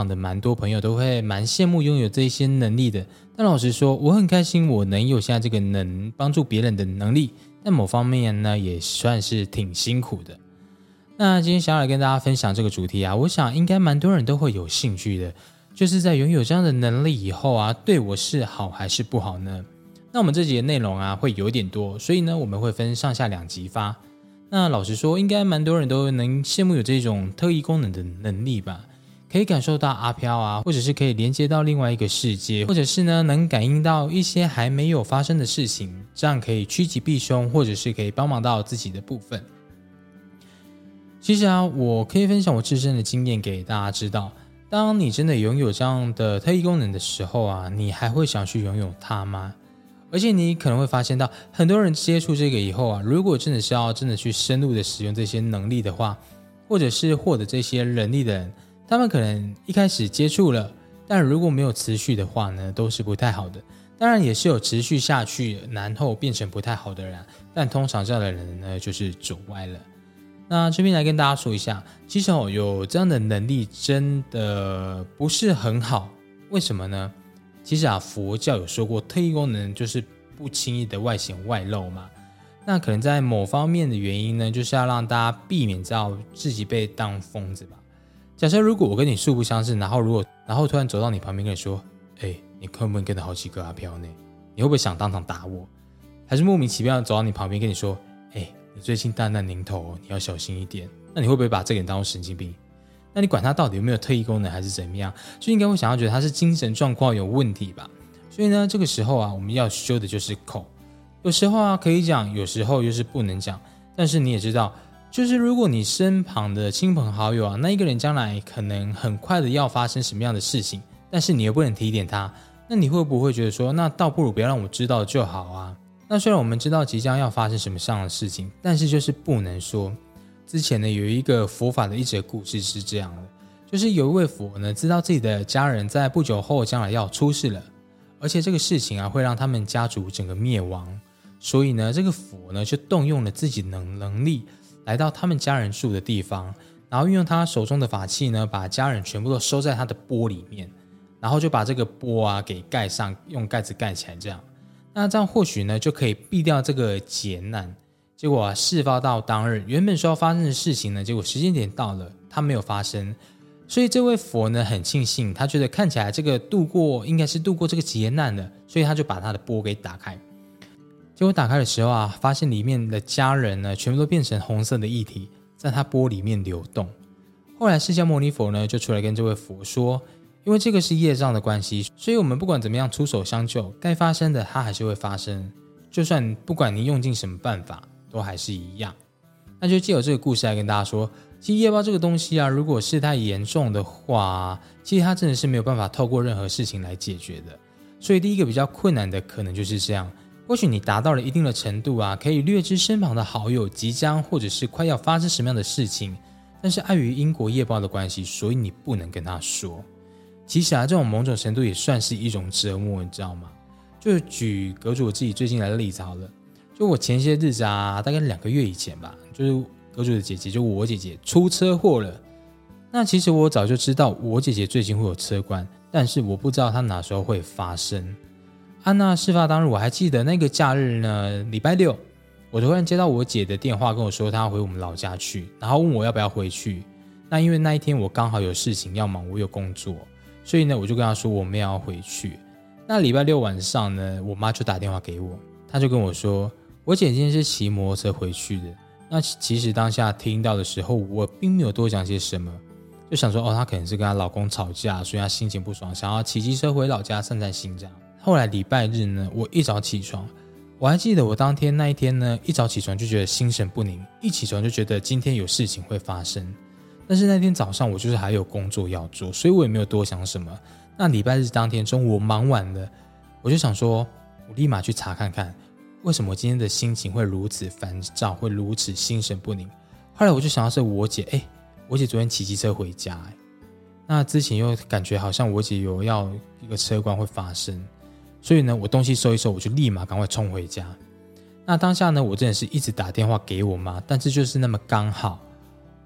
的蛮多朋友都会蛮羡慕拥有这些能力的。但老实说，我很开心我能有现在这个能帮助别人的能力，但某方面呢也算是挺辛苦的。那今天想要来跟大家分享这个主题啊，我想应该蛮多人都会有兴趣的，就是在拥有这样的能力以后啊，对我是好还是不好呢？那我们这集的内容啊会有点多，所以呢我们会分上下2集发。那老实说，应该蛮多人都能羡慕有这种特异功能的能力吧，可以感受到阿飘啊，或者是可以连接到另外一个世界，或者是呢能感应到一些还没有发生的事情，这样可以趋吉避凶，或者是可以帮忙到自己的部分。其实啊，我可以分享我自身的经验给大家知道，当你真的拥有这样的特异功能的时候啊，你还会想去拥有它吗？而且你可能会发现到，很多人接触这个以后啊，如果真的是要真的去深入的使用这些能力的话，或者是获得这些能力的人，他们可能一开始接触了，但如果没有持续的话呢，都是不太好的。当然也是有持续下去，然后变成不太好的人，但通常这样的人呢，就是走歪了。那这边来跟大家说一下，其实有这样的能力真的不是很好，为什么呢？其实啊，佛教有说过，特异功能就是不轻易的外显外露嘛。那可能在某方面的原因呢，就是要让大家避免到自己被当疯子吧。假设如果我跟你素不相识，然后突然走到你旁边跟你说，你根本跟了好几个阿飘呢，你会不会想当场打我？还是莫名其妙走到你旁边跟你说，你最近大难临头，你要小心一点？那你会不会把这个人当作神经病？那你管他到底有没有特异功能还是怎么样，就应该会想要觉得他是精神状况有问题吧。所以呢，这个时候啊，我们要修的就是口。有时候啊可以讲，有时候又是不能讲。但是你也知道，就是如果你身旁的亲朋好友啊，那一个人将来可能很快的要发生什么样的事情，但是你又不能提点他，那你会不会觉得说，那倒不如不要让我知道就好啊？那虽然我们知道即将要发生什么样的事情，但是就是不能说。之前呢，有一个佛法的一则故事是这样的，就是有一位佛呢，知道自己的家人在不久后将来要出事了，而且这个事情啊会让他们家族整个灭亡，所以呢，这个佛呢就动用了自己的能力，来到他们家人住的地方，然后运用他手中的法器呢，把家人全部都收在他的钵里面，然后就把这个钵啊给盖上，用盖子盖起来，这样或许呢就可以避掉这个劫难。结果啊，事发到当日，原本说要发生的事情呢，结果时间点到了，它没有发生。所以这位佛呢，很庆幸，他觉得看起来这个应该是度过这个劫难了，所以他就把他的钵给打开。结果打开的时候啊，发现里面的家人呢，全部都变成红色的液体，在他钵里面流动。后来释迦牟尼佛呢，就出来跟这位佛说，因为这个是业障的关系，所以我们不管怎么样出手相救，该发生的它还是会发生，就算不管你用尽什么办法，都还是一样。那就借由这个故事来跟大家说，其实业报这个东西啊，如果是太严重的话，其实它真的是没有办法透过任何事情来解决的。所以第一个比较困难的可能就是这样，或许你达到了一定的程度啊，可以略知身旁的好友即将或者是快要发生什么样的事情，但是碍于因果业报的关系，所以你不能跟他说。其实啊，这种某种程度也算是一种折磨，你知道吗？就举阁主我自己最近来的例子好了。就我前些日子啊，大概2个月以前吧，就是阁主的姐姐，就我姐姐出车祸了。那其实我早就知道我姐姐最近会有车关，但是我不知道她哪时候会发生。那事发当日我还记得那个假日呢，礼拜六，我突然接到我姐的电话跟我说她要回我们老家去，然后问我要不要回去。那因为那一天我刚好有事情要忙，我有工作，所以呢我就跟她说我没有要回去。那礼拜六晚上呢，我妈就打电话给我，她就跟我说我姐今天是骑摩托车回去的。那其实当下听到的时候，我并没有多讲些什么，就想说她可能是跟她老公吵架，所以她心情不爽，想要骑机车回老家散散心这样。后来礼拜日呢，我一早起床，我还记得我那一天呢，一早起床就觉得心神不宁，一起床就觉得今天有事情会发生。但是那天早上我就是还有工作要做，所以我也没有多想什么。那礼拜日当天中午我忙完了，我就想说我立马去查看看为什么今天的心情会如此烦躁，会如此心神不宁。后来我就想到是我姐，我姐昨天骑机车回家，那之前又感觉好像我姐有要一个车关会发生，所以呢我东西收一收，我就立马赶快冲回家。那当下呢我真的是一直打电话给我妈，但是就是那么刚好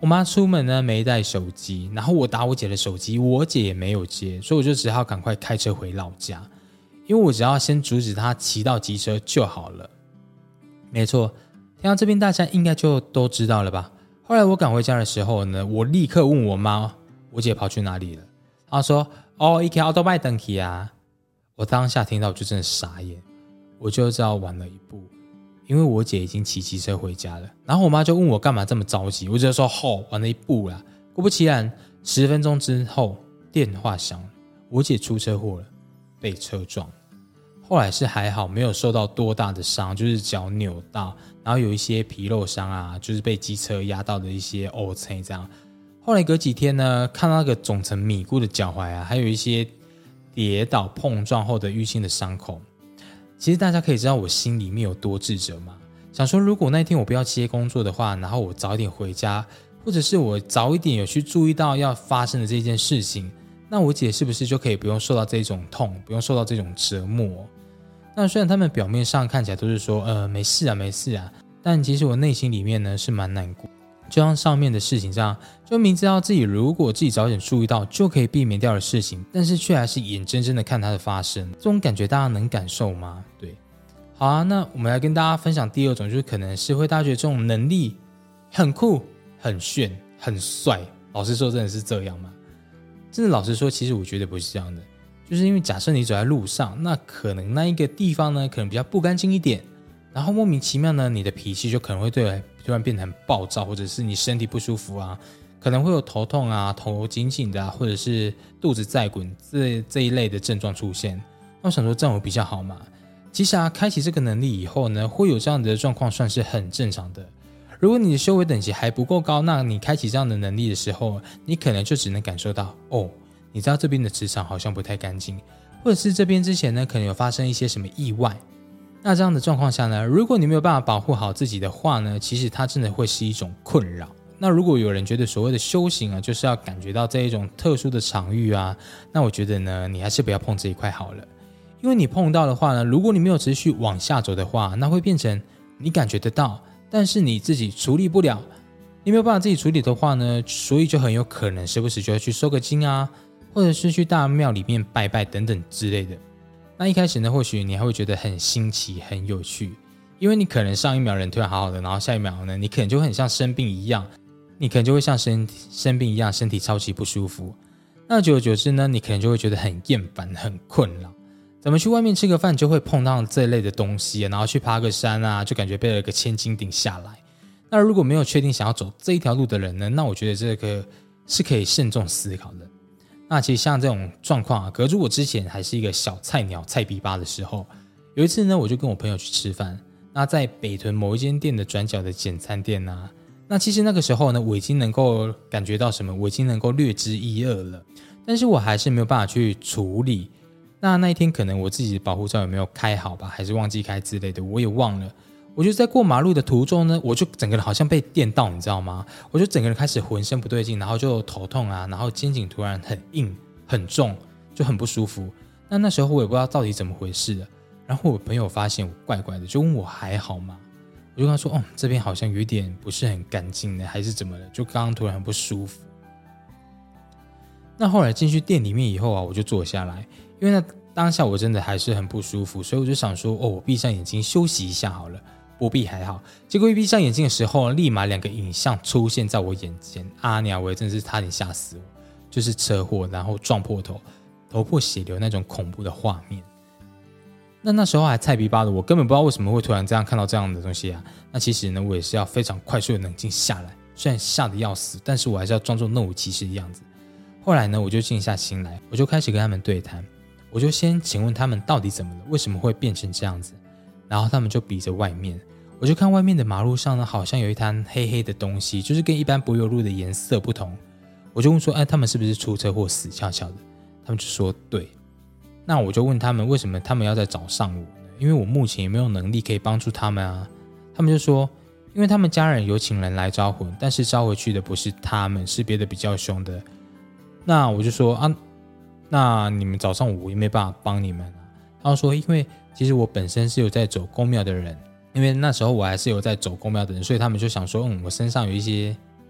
我妈出门呢没带手机，然后我打我姐的手机，我姐也没有接，所以我就只好赶快开车回老家，因为我只要先阻止她骑到机车就好了。没错，听到这边大家应该就都知道了吧。后来我赶回家的时候呢，我立刻问我妈我姐跑去哪里了。她说哦，一开奥多拜登去啊。我当下听到我就真的傻眼，我就知道晚了一步，因为我姐已经骑机车回家了。然后我妈就问我干嘛这么着急，我就说晚了一步啦。果不其然，10分钟之后电话响了，我姐出车祸了，被车撞。后来是还好，没有受到多大的伤，就是脚扭到，然后有一些皮肉伤啊，就是被机车压到的一些凹陷这样。后来隔几天呢，看到那个肿成米糊的脚踝啊，还有一些跌倒碰撞后的淤青的伤口。其实大家可以知道我心里面有多自责吗？想说如果那天我不要接工作的话，然后我早一点回家，或者是我早一点有去注意到要发生的这件事情，那我姐是不是就可以不用受到这种痛，不用受到这种折磨？那虽然他们表面上看起来都是说没事啊没事啊，但其实我内心里面呢是蛮难过。就像上面的事情这样，就明知道自己如果自己早点注意到就可以避免掉的事情，但是却还是眼睁睁的看它的发生，这种感觉大家能感受吗？对，好啊，那我们来跟大家分享第二种，就是可能是会大家觉得这种能力很酷、很炫、很帅。老实说，真的是这样吗？真的老实说，其实我觉得不是这样的。就是因为假设你走在路上，那可能那一个地方呢，可能比较不干净一点，然后莫名其妙呢，你的脾气就可能会突然变得很暴躁，或者是你身体不舒服啊，可能会有头痛啊、头紧紧的啊，或者是肚子在滚这一类的症状出现。那我想说这样会比较好嘛？其实啊，开启这个能力以后呢，会有这样的状况算是很正常的。如果你的修为等级还不够高，那你开启这样的能力的时候，你可能就只能感受到你知道这边的磁场好像不太干净，或者是这边之前呢可能有发生一些什么意外。那这样的状况下呢，如果你没有办法保护好自己的话呢，其实它真的会是一种困扰。那如果有人觉得所谓的修行啊，就是要感觉到这一种特殊的场域啊，那我觉得呢，你还是不要碰这一块好了。因为你碰到的话呢，如果你没有持续往下走的话，那会变成你感觉得到，但是你自己处理不了。你没有办法自己处理的话呢，所以就很有可能时不时就要去收个金啊，或者是去大庙里面拜拜等等之类的。那一开始呢，或许你还会觉得很新奇很有趣，因为你可能上一秒人突然好好的，然后下一秒呢，你可能就会很像生病一样，你可能就会像生病一样，身体超级不舒服。那久而久之呢，你可能就会觉得很厌烦很困扰。怎么去外面吃个饭就会碰到这类的东西，然后去爬个山啊，就感觉背了个千斤顶下来。那如果没有确定想要走这一条路的人呢，那我觉得这个是可以慎重思考的。那其实像这种状况啊，可是我之前还是一个小菜鸟菜逼吧的时候，有一次呢，我就跟我朋友去吃饭，那在北屯某一间店的转角的简餐店啊，那其实那个时候呢，我已经能够感觉到什么，我已经能够略知一二了，但是我还是没有办法去处理。那一天可能我自己的保护罩有没有开好吧，还是忘记开之类的，我也忘了。我就在过马路的途中呢，我就整个人好像被电到，你知道吗？我就整个人开始浑身不对劲，然后就头痛啊，然后肩颈突然很硬很重，就很不舒服。那时候我也不知道到底怎么回事了，然后我朋友发现我怪怪的，就问我还好吗？我就跟他说这边好像有点不是很干净的，还是怎么了，就刚刚突然很不舒服。那后来进去店里面以后啊，我就坐下来，因为那当下我真的还是很不舒服，所以我就想说我闭上眼睛休息一下好了，不闭还好。结果一闭上眼睛的时候，立马2个影像出现在我眼前，娘喂，真的是差点吓死我，就是车祸然后撞破头，头破血流那种恐怖的画面。那时候还菜逼吧的我根本不知道为什么会突然这样看到这样的东西啊。那其实呢，我也是要非常快速的冷静下来，虽然吓得要死，但是我还是要装作若无其事的样子。后来呢，我就静下心来，我就开始跟他们对谈，我就先请问他们到底怎么了，为什么会变成这样子。然后他们就比着外面，我就看外面的马路上呢，好像有一滩黑黑的东西，就是跟一般柏油路的颜色不同。我就问说他们是不是出车祸死翘翘的？他们就说对。那我就问他们为什么他们要再找上我呢？因为我目前也没有能力可以帮助他们啊。他们就说因为他们家人有请人来招魂，但是招回去的不是他们，是别的比较凶的。那我就说那你们找上我也没办法帮你们啊。他就说因为其实我本身是有在走公庙的人，因为那时候我还是有在走公庙的人，所以他们就想说我身上有一些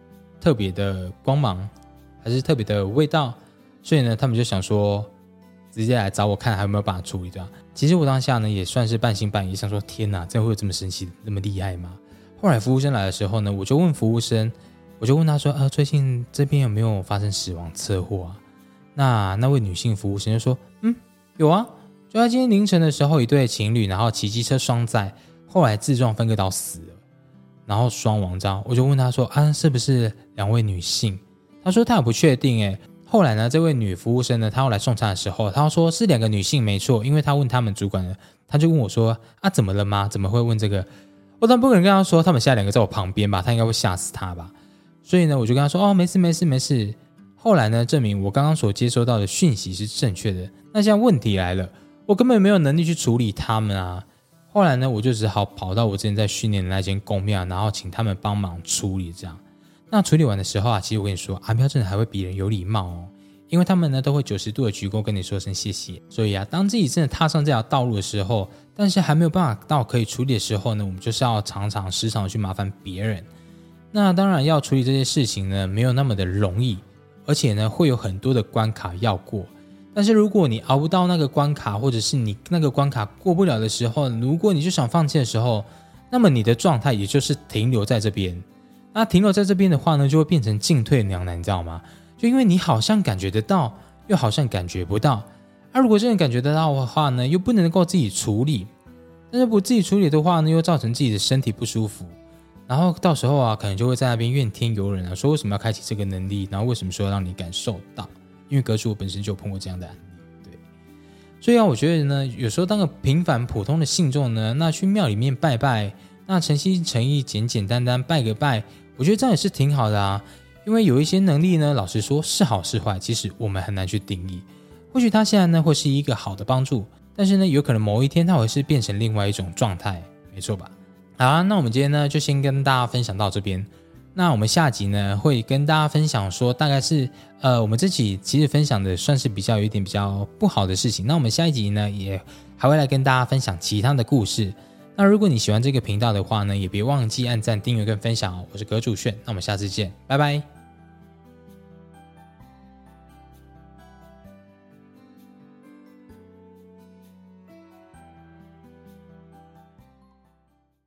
特别的光芒，还是特别的味道，所以呢他们就想说直接来找我看还有没有办法处理对吧。其实我当下呢也算是半信半疑，想说天哪，真的会有这么神奇那么厉害吗？后来服务生来的时候呢，我就问服务生，我就问他说最近这边有没有发生死亡车祸啊？那位女性服务生就说有啊，就在今天凌晨的时候，一对情侣然后骑机车双载，后来自撞分割岛死了，然后双亡这样。我就问他说是不是2位女性？他说他也不确定耶。后来呢这位女服务生呢，她后来送餐的时候，她说是2个女性没错，因为她问他们主管呢，她就问我说怎么了吗？怎么会问这个？我当然不可能跟她说他们现在2个在我旁边吧，她应该会吓死她吧。所以呢我就跟她说没事。后来呢证明我刚刚所接收到的讯息是正确的。那现在问题来了，我根本没有能力去处理他们啊。后来呢我就只好跑到我之前在训练的那间宫庙，然后请他们帮忙处理这样。那处理完的时候其实我跟你说阿喵真的还会比人有礼貌哦，因为他们呢都会90度的鞠躬跟你说声谢谢。所以当自己真的踏上这条道路的时候，但是还没有办法到可以处理的时候呢，我们就是要时常去麻烦别人。那当然要处理这些事情呢没有那么的容易，而且呢会有很多的关卡要过。但是如果你熬不到那个关卡，或者是你那个关卡过不了的时候，如果你就想放弃的时候，那么你的状态也就是停留在这边。那停留在这边的话呢，就会变成进退两难，你知道吗？就因为你好像感觉得到，又好像感觉不到。如果真的感觉得到的话呢，又不能够自己处理。但是不自己处理的话呢，又造成自己的身体不舒服。然后到时候可能就会在那边怨天尤人说为什么要开启这个能力，然后为什么说要让你感受到。因为格主我本身就有碰过这样的案例，对，所以我觉得呢，有时候当个平凡普通的信众呢，那去庙里面拜拜，那诚心诚意、简简单单拜个拜，我觉得这样也是挺好的啊。因为有一些能力呢，老实说是好是坏，其实我们很难去定义。或许它现在呢会是一个好的帮助，但是呢有可能某一天它会是变成另外一种状态，没错吧？好那我们今天呢就先跟大家分享到这边。那我们下集呢会跟大家分享说，大概是我们这集其实分享的算是有一点比较不好的事情。那我们下一集呢也还会来跟大家分享其他的故事。那如果你喜欢这个频道的话呢，也别忘记按赞、订阅跟分享哦。我是葛主炫，那我们下次见，拜拜。